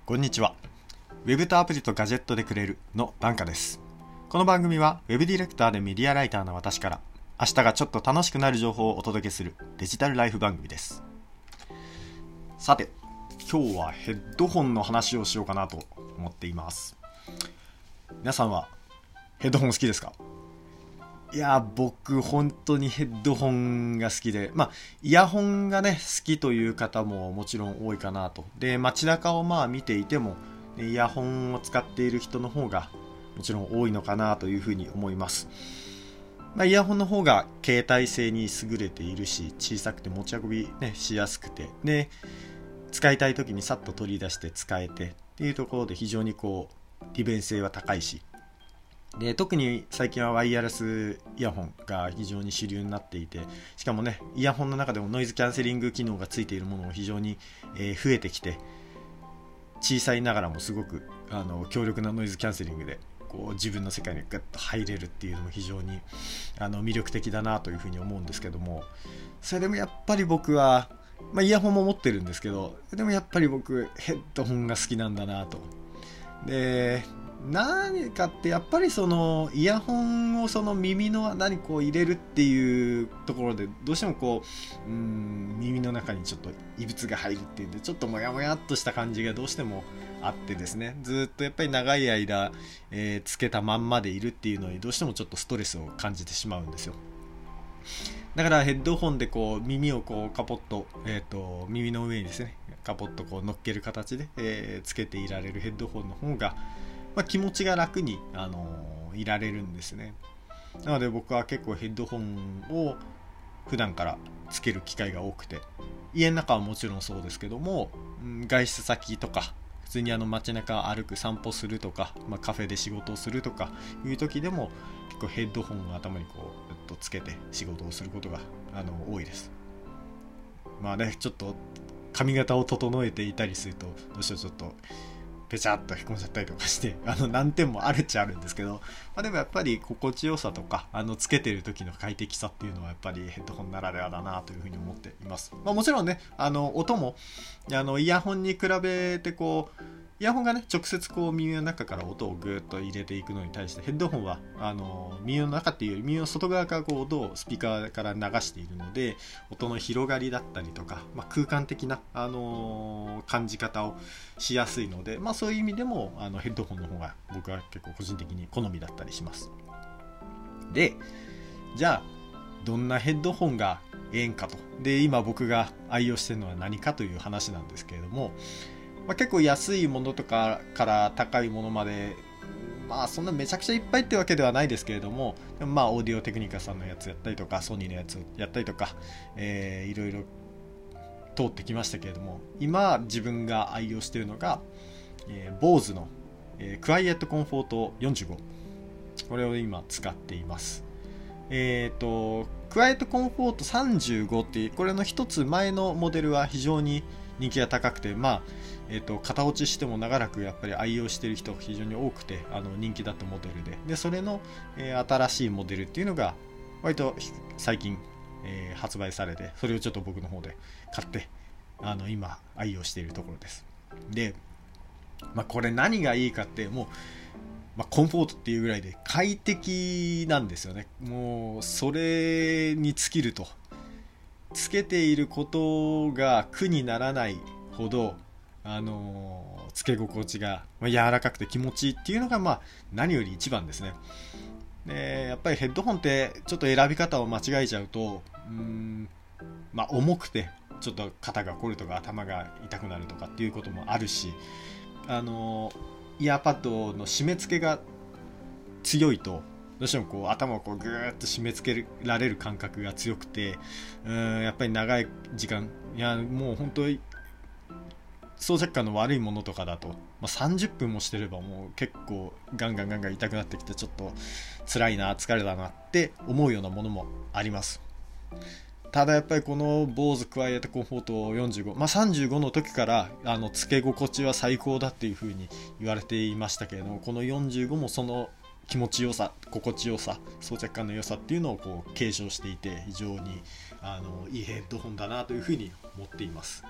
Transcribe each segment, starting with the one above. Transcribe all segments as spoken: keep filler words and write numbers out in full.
こんにちは。ウェブとアプリとガジェットでくれるのバンカです。この番組はウェブディレクターでメディアライターの私から明日がちょっと楽しくなる情報をお届けするデジタルライフ番組です。さて、今日はヘッドホンの話をしようかなと思っています。皆さんはヘッドホン好きですか？いや、僕本当にヘッドホンが好きで、まあイヤホンがね好きという方ももちろん多いかなと。で、街中をまあ見ていてもイヤホンを使っている人の方がもちろん多いのかなというふうに思います。まあ、イヤホンの方が携帯性に優れているし、小さくて持ち運び、ね、しやすくて、で使いたい時にさっと取り出して使えてっていうところで非常にこう利便性は高いし、で特に最近はワイヤレスイヤホンが非常に主流になっていて、しかもねイヤホンの中でもノイズキャンセリング機能がついているものも非常に、えー増えてきて、小さいながらもすごくあの強力なノイズキャンセリングでこう自分の世界にグッと入れるっていうのも非常にあの魅力的だなというふうに思うんですけども、それでもやっぱり僕は、まあ、イヤホンも持ってるんですけど、でもやっぱり僕ヘッドホンが好きなんだなと。で何かってやっぱりそのイヤホンをその耳の穴にこう入れるっていうところでどうしてもこう、うーん耳の中にちょっと異物が入るっていうんでちょっとモヤモヤっとした感じがどうしてもあってですね、ずっとやっぱり長い間、えーつけたまんまでいるっていうのにどうしてもちょっとストレスを感じてしまうんですよ。だからヘッドホンでこう耳をこうカポッと、えー、と耳の上にですねカポッとこう乗っける形で、えーつけていられるヘッドホンの方が、まあ、気持ちが楽に、あのーいられるんですね。なので僕は結構ヘッドホンを普段からつける機会が多くて、家の中はもちろんそうですけども、うん、外出先とか普通にあの街中歩く散歩するとか、まあ、カフェで仕事をするとかいう時でも結構ヘッドホンを頭にこうずっとつけて仕事をすることがあの多いです。まあね、ちょっと髪型を整えていたりするとどうしてもちょっとペチャッとへこんじゃったりとかしてあの難点もあるっちゃあるんですけど、まあ、でもやっぱり心地よさとかあのつけてる時の快適さっていうのはやっぱりヘッドホンならではだなというふうに思っています。まあ、もちろんねあの音もあのイヤホンに比べてこうイヤホンがね直接こう耳の中から音をぐーっと入れていくのに対してヘッドホンはあの耳の中っていうより耳の外側からこう音をスピーカーから流しているので、音の広がりだったりとか、まあ、空間的な、あのー感じ方をしやすいので、まあ、そういう意味でもあのヘッドホンの方が僕は結構個人的に好みだったりします。でじゃあどんなヘッドホンがええんかと。で今僕が愛用しているのは何かという話なんですけれども、まあ、結構安いものとかから高いものまで、まあそんなめちゃくちゃいっぱいってわけではないですけれども、でもまあオーディオテクニカさんのやつやったりとかソニーのやつやったりとか、えーいろいろ通ってきましたけれども、今自分が愛用しているのが、えー、Bose の、えー、クワイエットコンフォートよんじゅうご、これを今使っています。えっ、とクワイエットコンフォートさんじゅうごっていうこれの一つ前のモデルは非常に人気が高くて、まあえー、と型落ちしても長らくやっぱり愛用している人が非常に多くてあの人気だったモデルで、でそれの、えー新しいモデルっていうのが割と最近、えー発売されて、それをちょっと僕の方で買ってあの今愛用しているところです。で、まあ、これ何がいいかってもう、まあ、コンフォートっていうぐらいで快適なんですよね。もうそれに尽きると、つけていることが苦にならないほどあのー、つけ心地が柔らかくて気持ちいいっていうのが、まあ、何より一番ですね。でやっぱりヘッドホンってちょっと選び方を間違えちゃうと、うーん、まあ、重くてちょっと肩が凝るとか頭が痛くなるとかっていうこともあるし、あのイヤーパッドの締め付けが強いとどうしてもこう頭をこうぐーっと締め付けられる感覚が強くて、うーんやっぱり長い時間、いやもう本当に装着感の悪いものとかだと、まあ、さんじゅっぷんもしてればもう結構ガンガンガンガン痛くなってきてちょっと辛いな疲れだなって思うようなものもあります。ただやっぱりこの Bose Quiet Comfort よんじゅうご、まあ、さんじゅうごの時からあのつけ心地は最高だっていう風に言われていましたけれども、このよんじゅうごもその気持ちよさ心地よさ装着感の良さっていうのをこう継承していて、非常にあのいいヘッドホンだなという風に思っています。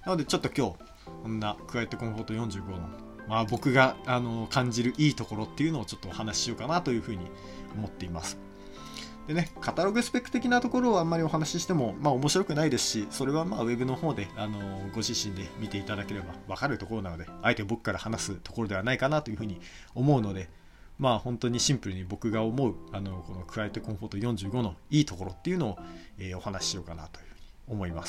なのでちょっと今日こんなクワイエットコンフォートよんじゅうごの、まあ、僕があの感じるいいところっていうのをちょっとお話ししようかなというふうに思っています。でね、カタログスペック的なところをあんまりお話ししても、まあ、面白くないですし、それはまあウェブの方で、あのー、ご自身で見ていただければ分かるところなので、あえて僕から話すところではないかなというふうに思うので、まあ本当にシンプルに僕が思うあのこのクワイエットコンフォートよんじゅうごのいいところっていうのを、えー、お話ししようかなというふうに思います。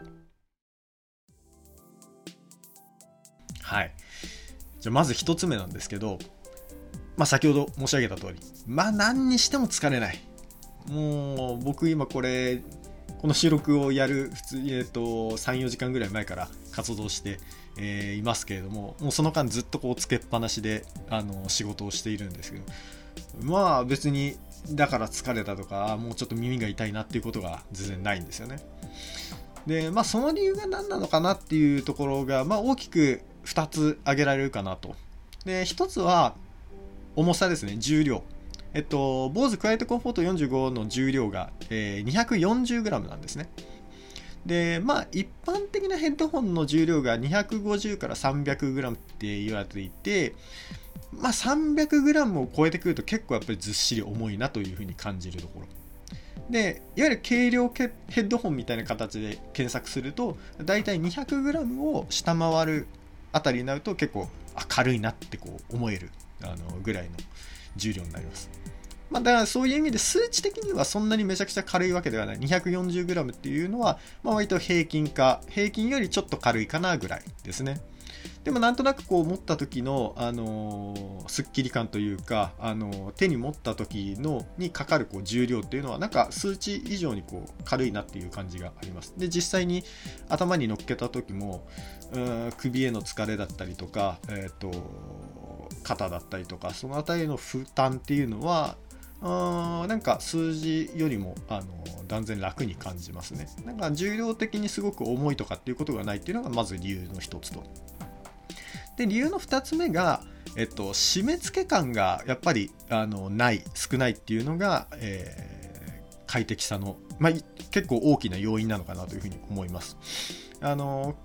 はい。じゃあまず一つ目なんですけど、まあ先ほど申し上げた通り、まあ何にしても疲れない。もう僕今これこの収録をやる普通、えー、とさんよじかんぐらい前から活動して、えー、いますけれども、もうその間ずっとこうつけっぱなしであの仕事をしているんですけど、まあ別にだから疲れたとかもうちょっと耳が痛いなっていうことが全然ないんですよね。でまあその理由が何なのかなっていうところが、まあ、大きくふたつ挙げられるかなと。でひとつは重さですね、重量。えっと、Bose Quiet Comfort よんじゅうごの重量が、えー、にひゃくよんじゅうグラム なんですね。で、まあ、一般的なヘッドホンの重量がにひゃくごじゅうから さんびゃくグラム って言われていて、まあ、さんびゃくグラム を超えてくると結構やっぱりずっしり重いなというふうに感じるところ。で、いわゆる軽量ヘッドホンみたいな形で検索すると、だいたい にひゃくグラム を下回るあたりになると結構軽いなってこう思えるあのぐらいの重量になります。まあ、だからそういう意味で数値的にはそんなにめちゃくちゃ軽いわけではない。 にひゃくよんじゅうグラム っていうのは、まあ、割と平均か平均よりちょっと軽いかなぐらいですね。でもなんとなくこう持った時の、あのー、スッキリ感というか、あのー、手に持った時のにかかるこう重量っていうのはなんか数値以上にこう軽いなっていう感じがあります。で実際に頭に乗っけた時も首への疲れだったりとか、えーと、肩だったりとかそのあたりの負担っていうのはあなんか数字よりもあの断然楽に感じますね。なんか重量的にすごく重いとかっていうことがないっていうのがまず理由の一つと。で理由の二つ目が、えっと、締め付け感がやっぱりあのない少ないっていうのが、えー、快適さの、まあ、結構大きな要因なのかなというふうに思います。あの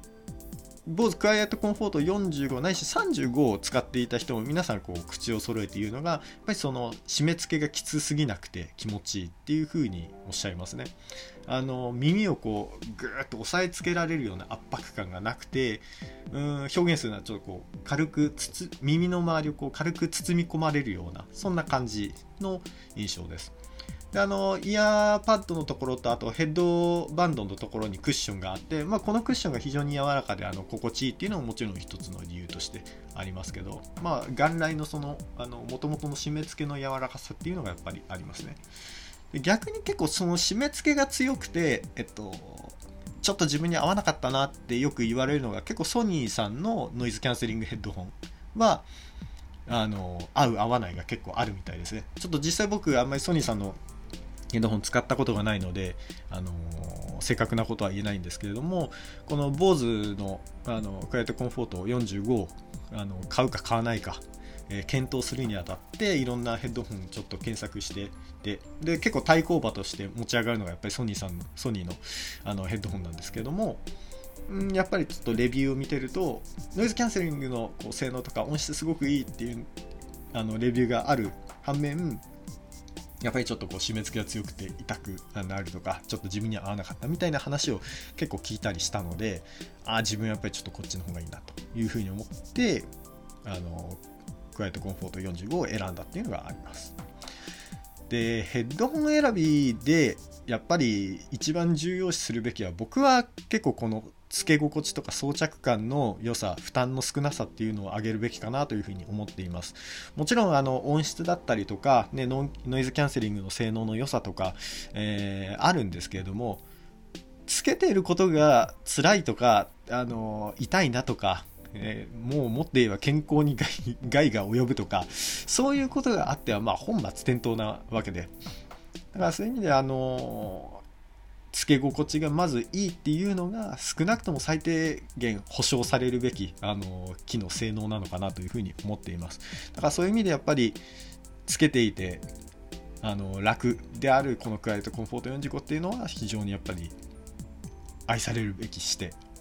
Bose Quiet Comfort よんじゅうごないしさんじゅうごを使っていた人も皆さんこう口を揃えて言うのがやっぱりその締め付けがきつすぎなくて気持ちいいっていう風におっしゃいますね。あの耳をこうぐーっと押さえつけられるような圧迫感がなくて、うーん表現するのはちょっとこう軽くつつ耳の周りをこう軽く包み込まれるようなそんな感じの印象です。であのイヤーパッドのところとあとヘッドバンドのところにクッションがあって、まあ、このクッションが非常に柔らかであの心地いいっていうのももちろん一つの理由としてありますけど、まあ、元来のその元々の締め付けの柔らかさっていうのがやっぱりありますね。で逆に結構その締め付けが強くて、えっと、ちょっと自分に合わなかったなってよく言われるのが結構ソニーさんのノイズキャンセリングヘッドホンはあの合う合わないが結構あるみたいですね。ちょっと実際僕あんまりソニーさんのヘッドホン使ったことがないので、あのー、正確なことは言えないんですけれども、この Bose の、あのクワイエットコンフォートよんじゅうごをあの買うか買わないか、えー、検討するにあたっていろんなヘッドホンちょっと検索してでで結構対抗馬として持ち上がるのがやっぱりソニーさんのソニーの、あのヘッドホンなんですけども、んやっぱりちょっとレビューを見てるとノイズキャンセリングのこう性能とか音質すごくいいっていうあのレビューがある反面、やっぱりちょっとこう締め付けが強くて痛くなるとかちょっと自分には合わなかったみたいな話を結構聞いたりしたので、あ自分はやっぱりちょっとこっちの方がいいなというふうに思ってあのクワイエットコンフォートよんじゅうごを選んだっていうのがあります。でヘッドホン選びでやっぱり一番重要視するべきは、僕は結構このつけ心地とか装着感の良さ、負担の少なさっていうのを上げるべきかなというふうに思っています。もちろんあの音質だったりとか、ね、ノイズキャンセリングの性能の良さとか、えー、あるんですけれども、つけていることが辛いとかあの痛いなとか、えー、もうもって言えば健康に害、害が及ぶとか、そういうことがあってはまあ本末転倒なわけで、だからそういう意味であのつけ心地がまずいいっていうのが少なくとも最低限保証されるべきあの機能性能なのかなというふうに思っています。だからそういう意味でやっぱりつけていてあの楽であるこのクワイエットコンフォートよんじゅうごっていうのは非常にやっぱり愛されるべきして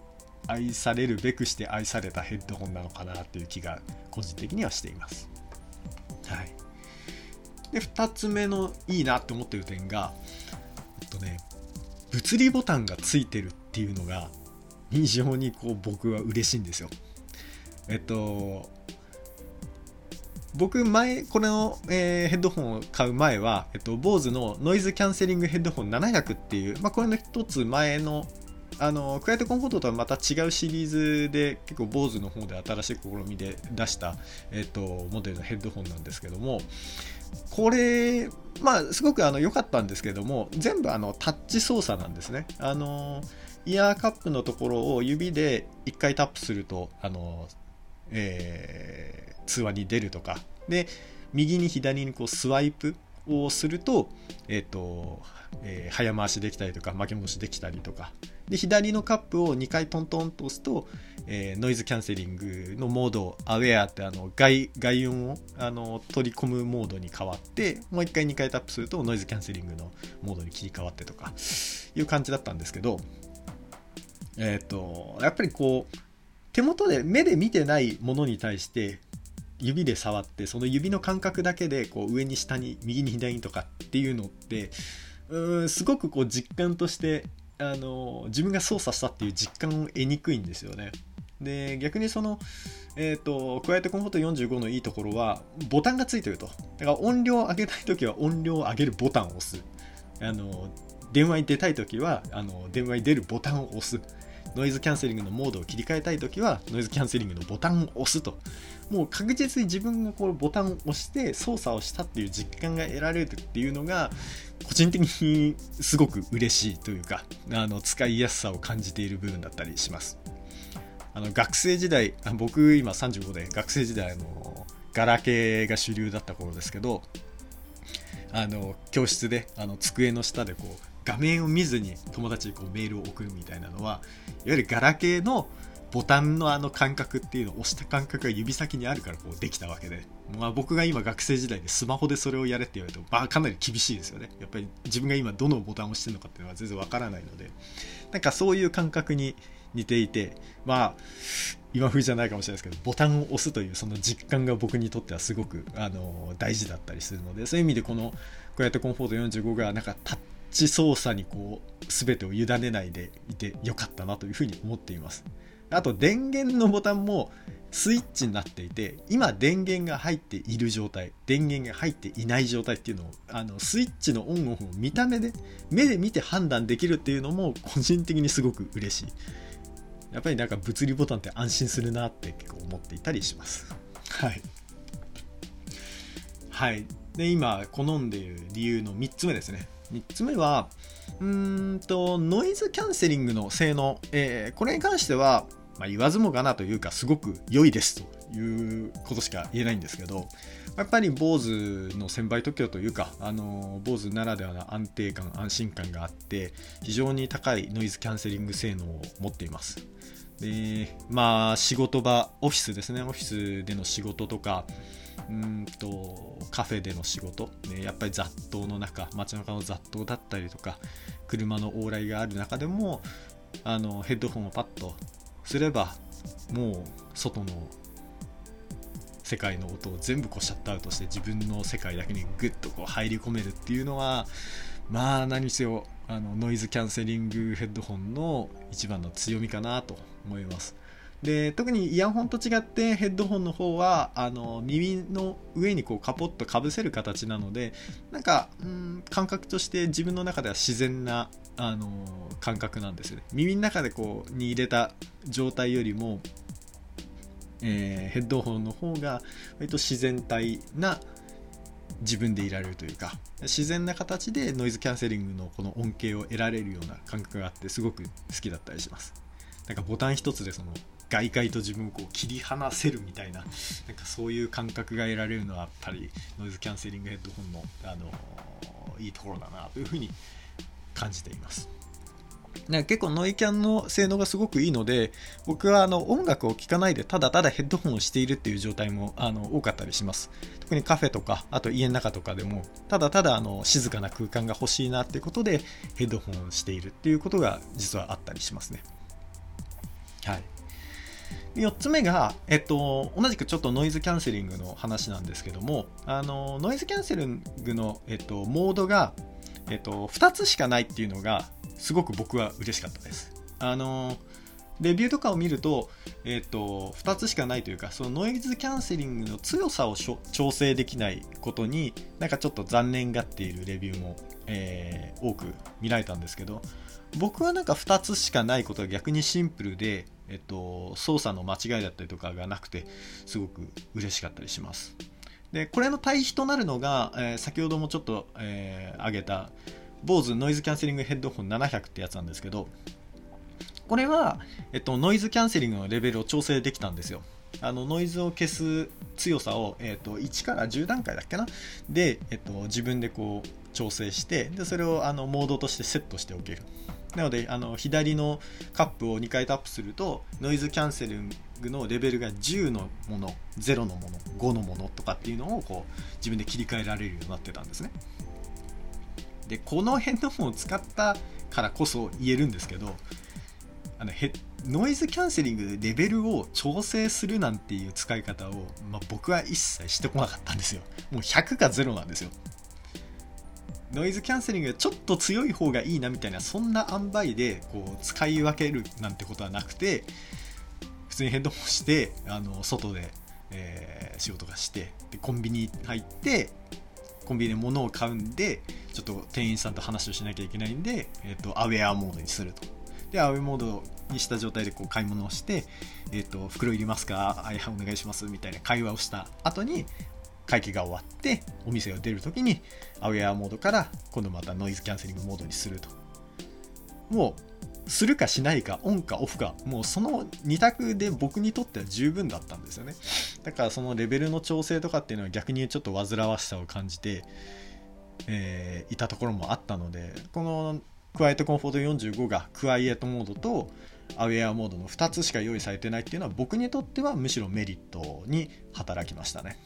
愛されるべくして愛されたヘッドホンなのかなっていう気が個人的にはしています。はい。でふたつめのいいなって思ってる点が、えっとね、物理ボタンがついてるっていうのが非常にこう僕は嬉しいんですよ。えっと僕前これの、えーヘッドホンを買う前は、えっと、Bose のノイズキャンセリングヘッドホンななひゃくっていう、まあ、これの一つ前のあのクワイエットコンフォートとはまた違うシリーズで結構 Bose の方で新しい試みで出した、えっと、モデルのヘッドホンなんですけども、これまあすごくあの良かったんですけども、全部あのタッチ操作なんですね。あのイヤーカップのところを指でいっかいタップするとあの、えー、通話に出るとかで、右に左にこうスワイプをすると、えーとえー、早回しできたりとか巻き戻しできたりとかで、左のカップをにかいトントンと押すと、えー、ノイズキャンセリングのモード、アウェアってあの 外, 外音をあの取り込むモードに変わって、もういっかいにかいタップするとノイズキャンセリングのモードに切り替わってとかいう感じだったんですけど、えっとやっぱりこう手元で目で見てないものに対して指で触って、その指の感覚だけでこう上に下に右に左にとかっていうのってうーんすごくこう実感としてあの自分が操作したっていう実感を得にくいんですよね。で逆にそのえっとクワイエットコンフォートよんじゅうごのいいところはボタンがついてると。だから音量を上げたいときは音量を上げるボタンを押す、あの電話に出たいときはあの電話に出るボタンを押す、ノイズキャンセリングのモードを切り替えたいときはノイズキャンセリングのボタンを押すと、もう確実に自分がこうボタンを押して操作をしたっていう実感が得られるっていうのが個人的にすごく嬉しいというか、あの使いやすさを感じている部分だったりします。あの学生時代、僕今さんじゅうごで学生時代のガラケーが主流だった頃ですけど、あの教室であの机の下でこう画面を見ずに友達にこうメールを送るみたいなのは、いわゆるガラケーのボタンのあの感覚っていうのを押した感覚が指先にあるからこうできたわけで、まあ、僕が今学生時代でスマホでそれをやれって言われると、まあ、かなり厳しいですよね。やっぱり自分が今どのボタンを押してるのかっていうのは全然わからないので、なんかそういう感覚に似ていて、まあ今風じゃないかもしれないですけど、ボタンを押すというその実感が僕にとってはすごくあの大事だったりするので、そういう意味でこのクワイエットコンフォートよんじゅうごがなんかタッチ操作にこう全てを委ねないでいてよかったなというふうに思っています。あと電源のボタンもスイッチになっていて、今電源が入っている状態、電源が入っていない状態っていうのをあのスイッチのオンオフを見た目で目で見て判断できるっていうのも個人的にすごく嬉しい。やっぱりなんか物理ボタンって安心するなって結構思っていたりします。はいはい。で今好んでいる理由のみっつめですね。みっつめはうーんとノイズキャンセリングの性能、えー、これに関しては、まあ、言わずもがなというかすごく良いですということしか言えないんですけど、やっぱり Bose の専売特許というか、あの Bose ならではの安定感安心感があって非常に高いノイズキャンセリング性能を持っています。でまあ仕事場オフィスですね、オフィスでの仕事とかうんとカフェでの仕事、ね、やっぱり雑踏の中、街中の雑踏だったりとか車の往来がある中でもあのヘッドホンをパッとすればもう外の世界の音を全部こうシャットアウトして自分の世界だけにグッとこう入り込めるっていうのは、まあ何せよあのノイズキャンセリングヘッドホンの一番の強みかなと思います。で特にイヤホンと違ってヘッドホンの方はあの耳の上にこうカポッとかぶせる形なので、なんかうん感覚として自分の中では自然なあの感覚なんですよね。耳の中でこうに入れた状態よりも、えー、ヘッドホンの方が割と自然体な自分でいられるというか、自然な形でノイズキャンセリングのこの恩恵を得られるような感覚があってすごく好きだったりします。なんかボタン一つでその外界と自分をこう切り離せるみたいな、なんかそういう感覚が得られるのはやっぱりノイズキャンセリングヘッドホンの、あのー、いいところだなというふうに感じています。なんか結構ノイキャンの性能がすごくいいので、僕はあの音楽を聴かないでただただヘッドホンをしているっていう状態もあの多かったりします。特にカフェとかあと家の中とかでもただただあの静かな空間が欲しいなっていうことでヘッドホンをしているっていうことが実はあったりしますね。 はい。よっつめが、えっと、同じくちょっとノイズキャンセリングの話なんですけども、あのノイズキャンセリングの、えっと、モードが、えっと、ふたつしかないっていうのがすごく僕は嬉しかったです。あのレビューとかを見ると、えっと、ふたつしかないというか、そのノイズキャンセリングの強さを調整できないことになんかちょっと残念がっているレビューも、えー、多く見られたんですけど、僕はなんかふたつしかないことが逆にシンプルで、えっと、操作の間違いだったりとかがなくてすごく嬉しかったりします。でこれの対比となるのが、えー、先ほどもちょっと、えー、挙げた ボーズ ノイズキャンセリングヘッドホンななひゃくってやつなんですけど、これは、えっと、ノイズキャンセリングのレベルを調整できたんですよ。あのノイズを消す強さを、えっと、いちからじゅう段階だっけなで、えっと、自分でこう調整して、でそれをあのモードとしてセットしておける。なのであの左のカップをにかいタップするとノイズキャンセリングのレベルがじゅうのもの、ゼロのもの、ごのものとかっていうのをこう自分で切り替えられるようになってたんですね。でこのヘッドホンを使ったからこそ言えるんですけど、あのヘノイズキャンセリングでレベルを調整するなんていう使い方を、まあ、僕は一切してこなかったんですよ。もうひゃくかゼロなんですよ。ノイズキャンセリングがちょっと強い方がいいなみたいな、そんな塩梅でこう使い分けるなんてことはなくて、普通にヘッドホンしてあの外で、えー、仕事がして、でコンビニ入ってコンビニで物を買うんでちょっと店員さんと話をしなきゃいけないんで、えー、とアウェアモードにすると。でアウェアモードにした状態でこう買い物をして、えー、と袋いりますか、はいお願いしますみたいな会話をした後に会計が終わってお店を出るときにアウェアモードから今度またノイズキャンセリングモードにすると。もうするかしないか、オンかオフか、もうそのに択で僕にとっては十分だったんですよね。だからそのレベルの調整とかっていうのは逆にちょっと煩わしさを感じて、えー、いたところもあったので、このクワイエットコンフォートよんじゅうごがクワイエットモードとアウェアモードのふたつしか用意されてないっていうのは僕にとってはむしろメリットに働きましたね。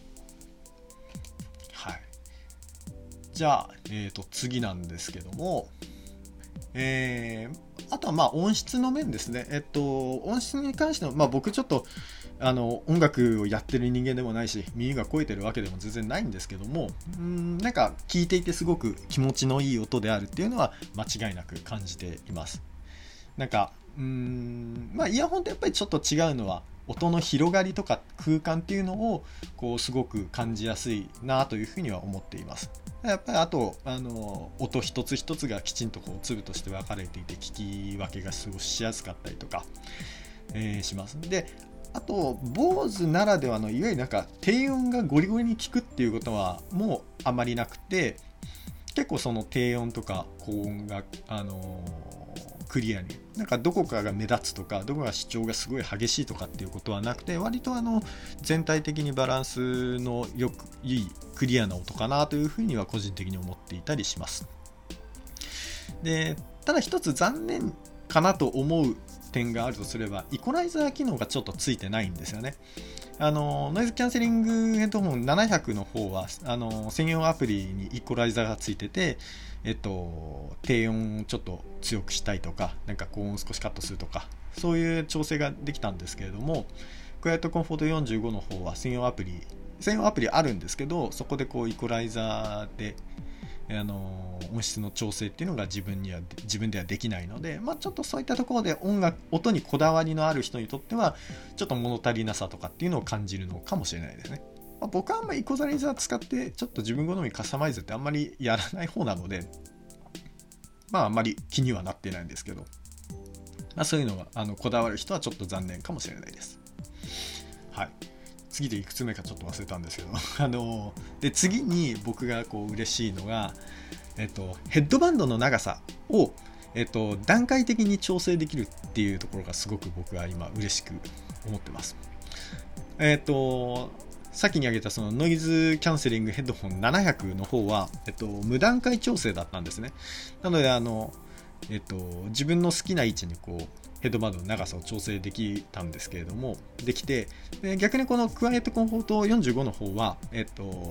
はい、じゃあ、えー、と次なんですけども、えー、あとはまあ音質の面ですね。えっと音質に関しての、まあ、僕ちょっとあの音楽をやってる人間でもないし耳が肥えてるわけでも全然ないんですけども、うーんなんか聞いていてすごく気持ちのいい音であるっていうのは間違いなく感じています。なんかうーんまあイヤホンってやっぱりちょっと違うのは音の広がりとか空間っていうのをこうすごく感じやすいなというふうには思っています。やっぱりあとあの音一つ一つがきちんとこう粒として分かれていて聞き分けがすごくしやすかったりとか、えー、します。であと ボーズ ならではのいわゆるなんか低音がゴリゴリに効くっていうことはもうあまりなくて、結構その低音とか高音があのー、クリアになんかどこかが目立つとかどこか主張がすごい激しいとかっていうことはなくて、割とあの全体的にバランスのよくいいクリアな音かなというふうには個人的に思っていたりします。でただ一つ残念かなと思う点があるとすれば、イコライザー機能がちょっとついてないんですよね。あのノイズキャンセリングヘッドホンななひゃくの方はあの専用アプリにイコライザーがついてて、えっと、低音をちょっと強くしたいとか、なんか高音を少しカットするとか、そういう調整ができたんですけれども、クワイエットコンフォートよんじゅうごの方は専用アプリ専用アプリあるんですけど、そこでこうイコライザーであの音質の調整っていうのが自分には自分ではできないので、まあ、ちょっとそういったところで音楽音にこだわりのある人にとってはちょっと物足りなさとかっていうのを感じるのかもしれないですね。まあ、僕はあんまりイコライザー使ってちょっと自分好みカスタマイズってあんまりやらない方なので、まああんまり気にはなってないんですけど、まあ、そういうのはあのこだわる人はちょっと残念かもしれないです。はい、次でいくつ目かちょっと忘れたんですけどあので次に僕がこう嬉しいのが、えっと、ヘッドバンドの長さを、えっと、段階的に調整できるっていうところがすごく僕は今嬉しく思ってます。えっと先に挙げたそのノイズキャンセリングヘッドホンななひゃくの方は、えっと、無段階調整だったんですね。なのであの、えっと、自分の好きな位置にこうヘッドバンドの長さを調整できたんですけれども、できて、で逆にこのクワイエットコンフォートよんじゅうごの方は、えっと、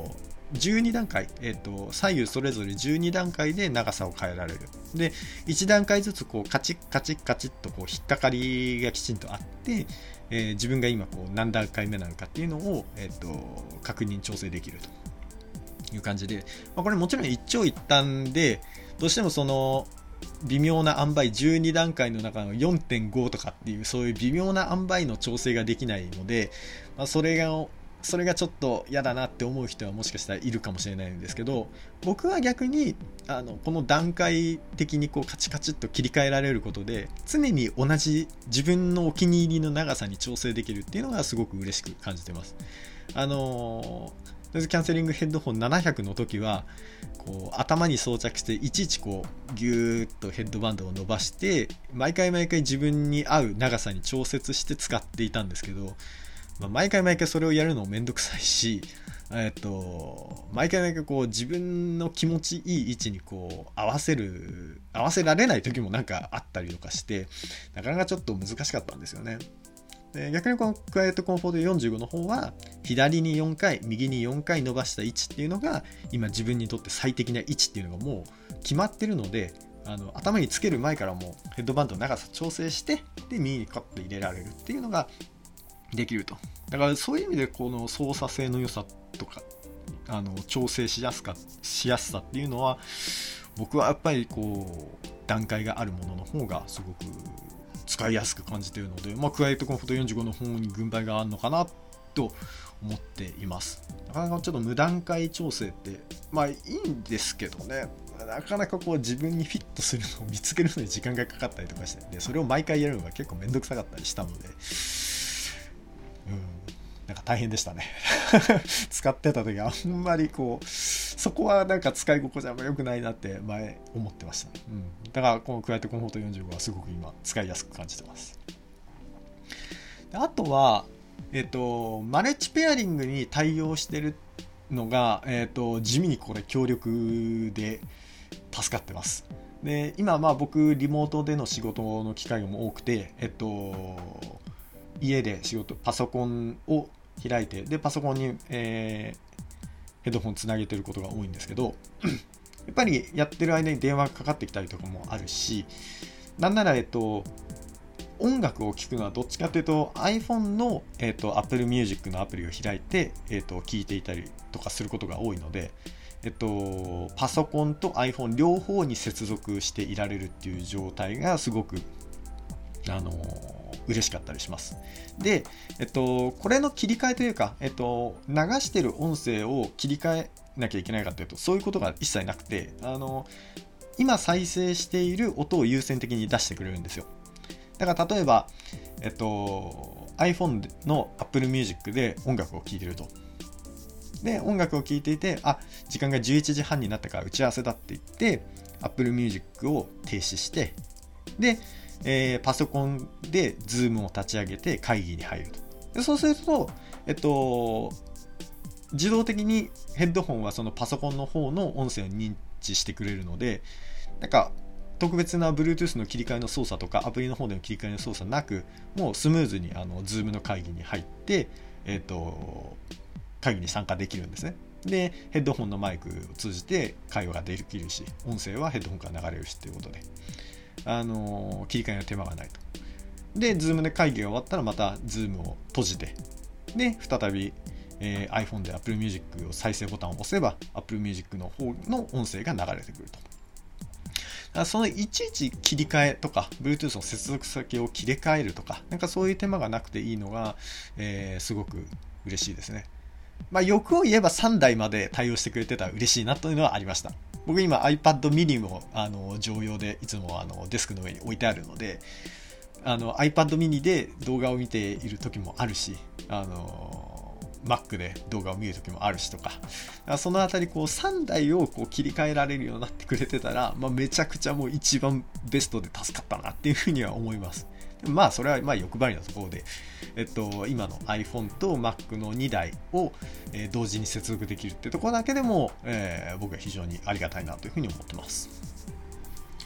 じゅうにだんかい、えーと、左右それぞれじゅうにだんかいで長さを変えられる。で、いちだんかいずつこうカチッカチッカチッとこう引っかかりがきちんとあって、えー、自分が今こう何段階目なのかっていうのを、えーと、確認調整できるという感じで、まあ、これもちろん一長一短で、どうしてもその微妙な塩梅、じゅうにだんかいの中の よんてんご とかっていうそういう微妙な塩梅の調整ができないので、まあ、それがそれがちょっと嫌だなって思う人はもしかしたらいるかもしれないんですけど、僕は逆にあのこの段階的にこうカチカチっと切り替えられることで、常に同じ自分のお気に入りの長さに調整できるっていうのがすごく嬉しく感じてます。あのー、キャンセリングヘッドホンななひゃくの時はこう頭に装着していちいちこうギューッとヘッドバンドを伸ばして毎回毎回自分に合う長さに調節して使っていたんですけど、まあ、毎回毎回それをやるのもめんどくさいし、えっと、毎回毎回こう自分の気持ちいい位置にこう合わせる合わせられない時もなんかあったりとかして、なかなかちょっと難しかったんですよね。で、逆にこのクワイエットコンフォートよんじゅうごの方は左によんかい右によんかい伸ばした位置っていうのが今自分にとって最適な位置っていうのがもう決まってるので、あの頭につける前からもうヘッドバンドの長さ調整して、で耳にカッと入れられるっていうのができると。だからそういう意味でこの操作性の良さとかあの調整しやすかしやすさっていうのは、僕はやっぱりこう段階があるものの方がすごく使いやすく感じているので、まあ、クワイエットコンフォートよんじゅうごの方に軍配があるのかなと思っています。なかなかちょっと無段階調整ってまあいいんですけどね、なかなかこう自分にフィットするのを見つけるのに時間がかかったりとかして、でそれを毎回やるのが結構めんどくさかったりしたので、うん、なんか大変でしたね使ってた時はあんまりこうそこはなんか使い心地あんま良くないなって前思ってました、うん、だからこのクワイエットコンフォートよんじゅうごはすごく今使いやすく感じてます。あとはえっとマルチペアリングに対応してるのが、えっと地味にこれ強力で助かってます。で今まあ僕リモートでの仕事の機会も多くて、えっと家で仕事パソコンを開いて、でパソコンに、えー、ヘッドホンつなげてることが多いんですけどやっぱりやってる間に電話がかかってきたりとかもあるし、なんならえっと音楽を聴くのはどっちかというと iPhone の、えー、と Apple Music のアプリを開いて、えー、と聴いていたりとかすることが多いので、えっと、パソコンと iPhone 両方に接続していられるっていう状態がすごくあの嬉しかったりします。で、えっと、これの切り替えというか、えっと、流してる音声を切り替えなきゃいけないかというと、そういうことが一切なくて、あの今再生している音を優先的に出してくれるんですよ。だから例えば、えっと、iPhone の Apple Music で音楽を聴いてると。で、音楽を聴いていて、あ、時間がじゅういちじはんになったから打ち合わせだって言って、Apple Music を停止して、で、えー、パソコンで Zoom を立ち上げて会議に入ると。でそうすると、えっと、自動的にヘッドホンはそのパソコンの方の音声を認知してくれるので、なんか、特別な Bluetooth の切り替えの操作とかアプリの方での切り替えの操作なく、もうスムーズにあの Zoom の会議に入って、えーと、会議に参加できるんですね。で、ヘッドホンのマイクを通じて会話ができるし、音声はヘッドホンから流れるしということで、あの切り替えの手間がないと。で、Zoom で会議が終わったらまた Zoom を閉じて、で、再び、えー、iPhone で Apple Music を再生ボタンを押せば Apple Music の方の音声が流れてくると。そのいちいち切り替えとか Bluetooth の接続先を切り替えるとか、なんかそういう手間がなくていいのが、えー、すごく嬉しいですね。まあ欲を言えばさんだいまで対応してくれてたら嬉しいなというのはありました。僕今 iPad mini もあの常用でいつもあのデスクの上に置いてあるので、あの iPad mini で動画を見ている時もあるし、あのMac で動画を見るときもあるしとか、そのあたりこうさんだいをこう切り替えられるようになってくれてたら、まあ、めちゃくちゃもう一番ベストで助かったなっていうふうには思います。でもまあそれはまあ欲張りなところで、えっと、今の iPhone と Mac のにだいを、えー、同時に接続できるってところだけでも、えー、僕は非常にありがたいなというふうに思ってます。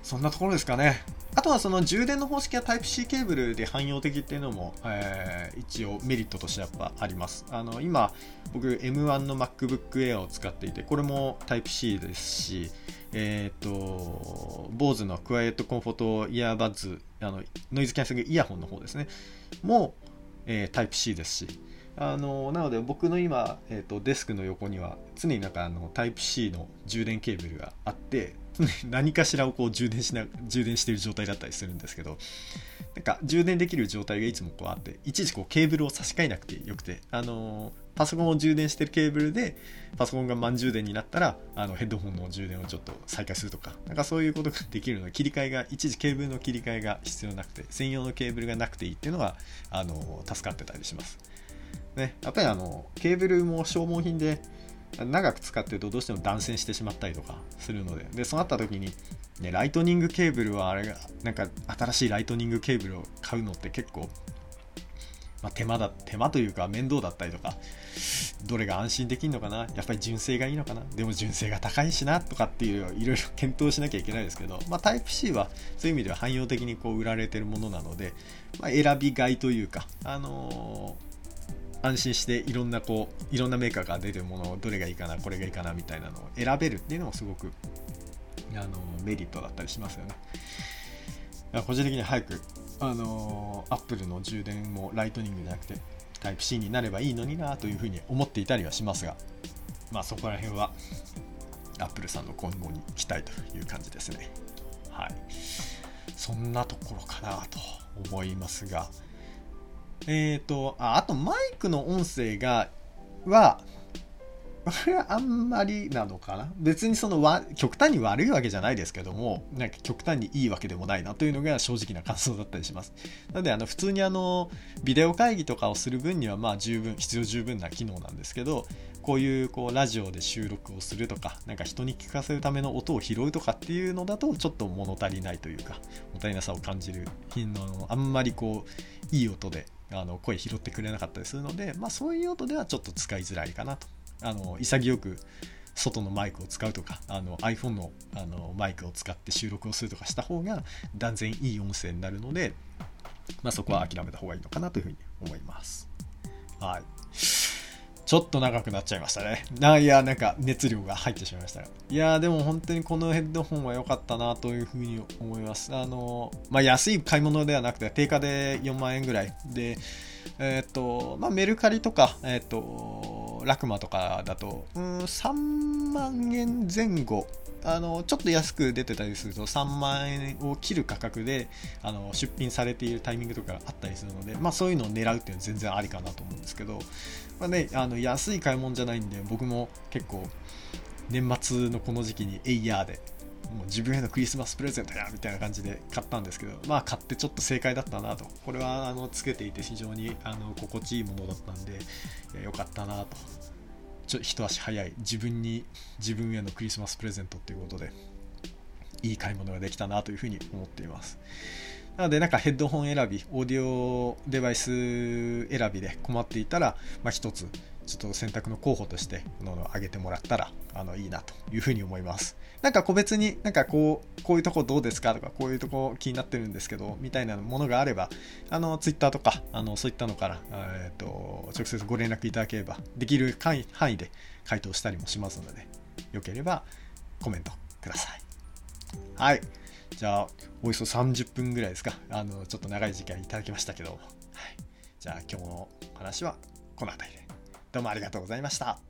そんなところですかね。あとはその充電の方式は タイプシー ケーブルで汎用的っていうのも、えー、一応メリットとしてやっぱあります。あの今僕 エムワン の MacBook Air を使っていて、これも タイプシー ですし、えっ、ー、と Bose の Quiet Comfort イヤーバッズ、あのノイズキャンセリングイヤホンの方ですねも、えー、タイプシー ですし、あのなので僕の今、えー、とデスクの横には常になんかあの タイプシー の充電ケーブルがあって、何かしらをこう充電しな充電している状態だったりするんですけど、なんか充電できる状態がいつもこうあって、いちいちこうケーブルを差し替えなくてよくて、あのパソコンを充電してるケーブルでパソコンが満充電になったらあのヘッドホンの充電をちょっと再開するとか、なんかそういうことができるので、切り替えがいちいちケーブルの切り替えが必要なくて、専用のケーブルがなくていいっていうのはあの助かってたりしますね。やっぱりあのケーブルも消耗品で長く使ってるとどうしても断線してしまったりとかするので、でそうなった時に、ね、ライトニングケーブルはあれがなんか新しいライトニングケーブルを買うのって結構、まあ、手間だ手間というか面倒だったりとか、どれが安心できるのかな、やっぱり純正がいいのかな、でも純正が高いしなとかっていういろいろ検討しなきゃいけないですけど、まあ、タイプシー はそういう意味では汎用的にこう売られてるものなので、まあ、選びがいというか、あのー安心していろんなこういろんなメーカーが出てるものをどれがいいかなこれがいいかなみたいなのを選べるっていうのもすごくあのメリットだったりしますよね。個人的に早くあの Apple の充電もライトニングじゃなくて タイプシー になればいいのになというふうに思っていたりはしますが、まあそこら辺は Apple さんの今後に期待という感じですね。はい、そんなところかなと思いますが、えーと、あ、あとマイクの音声がはこれはあんまりなのかな。別にそのわ極端に悪いわけじゃないですけども、なんか極端にいいわけでもないなというのが正直な感想だったりします。なのであの普通にあのビデオ会議とかをする分にはまあ十分必要十分な機能なんですけど、こういうこうラジオで収録をするとか、なんか人に聞かせるための音を拾うとかっていうのだとちょっと物足りないというか、物足りなさを感じるのあんまりこういい音であの声拾ってくれなかったりするので、まあ、そういう音ではちょっと使いづらいかなと。あの潔く外のマイクを使うとか、あの iPhone の, あのマイクを使って収録をするとかした方が断然いい音声になるので、まあ、そこは諦めた方がいいのかなというふうに思います。はい、ちょっと長くなっちゃいましたね。ないやなんか熱量が入ってしまいましたが、いやでも本当にこのヘッドホンは良かったなというふうに思います。あの、まあ、安い買い物ではなくて定価でよんまんえんぐらいで、えっとまあ、メルカリとか、えっとラクマとかだとうんさんまんえんぜん後、あのちょっと安く出てたりするとさんまんえんを切る価格であの出品されているタイミングとかあったりするので、まあ、そういうのを狙うっていうのは全然ありかなと思うんですけど、まあね、あの安い買い物じゃないんで、僕も結構年末のこの時期にエイヤーでもう自分へのクリスマスプレゼントやみたいな感じで買ったんですけど、まあ買ってちょっと正解だったなと。これはあのつけていて非常にあの心地いいものだったんで、いやよかったなと。ちょ一足早い自分に自分へのクリスマスプレゼントということでいい買い物ができたなというふうに思っています。なのでなんかヘッドホン選び、オーディオデバイス選びで困っていたら、まあ、一つちょっと選択の候補としてのを挙げてもらったらあのいいなというふうに思います。なんか個別になんかこうこういうとこどうですかとか、こういうとこ気になってるんですけどみたいなものがあれば、あのツイッターとかあのそういったのから、えー、と直接ご連絡いただければできる範囲で回答したりもしますので、よければコメントください。はい、じゃあおよそさんじゅっぷんぐらいですか、あのちょっと長い時間いただきましたけど、はい、じゃあ今日の話はこの辺りで。どうもありがとうございました。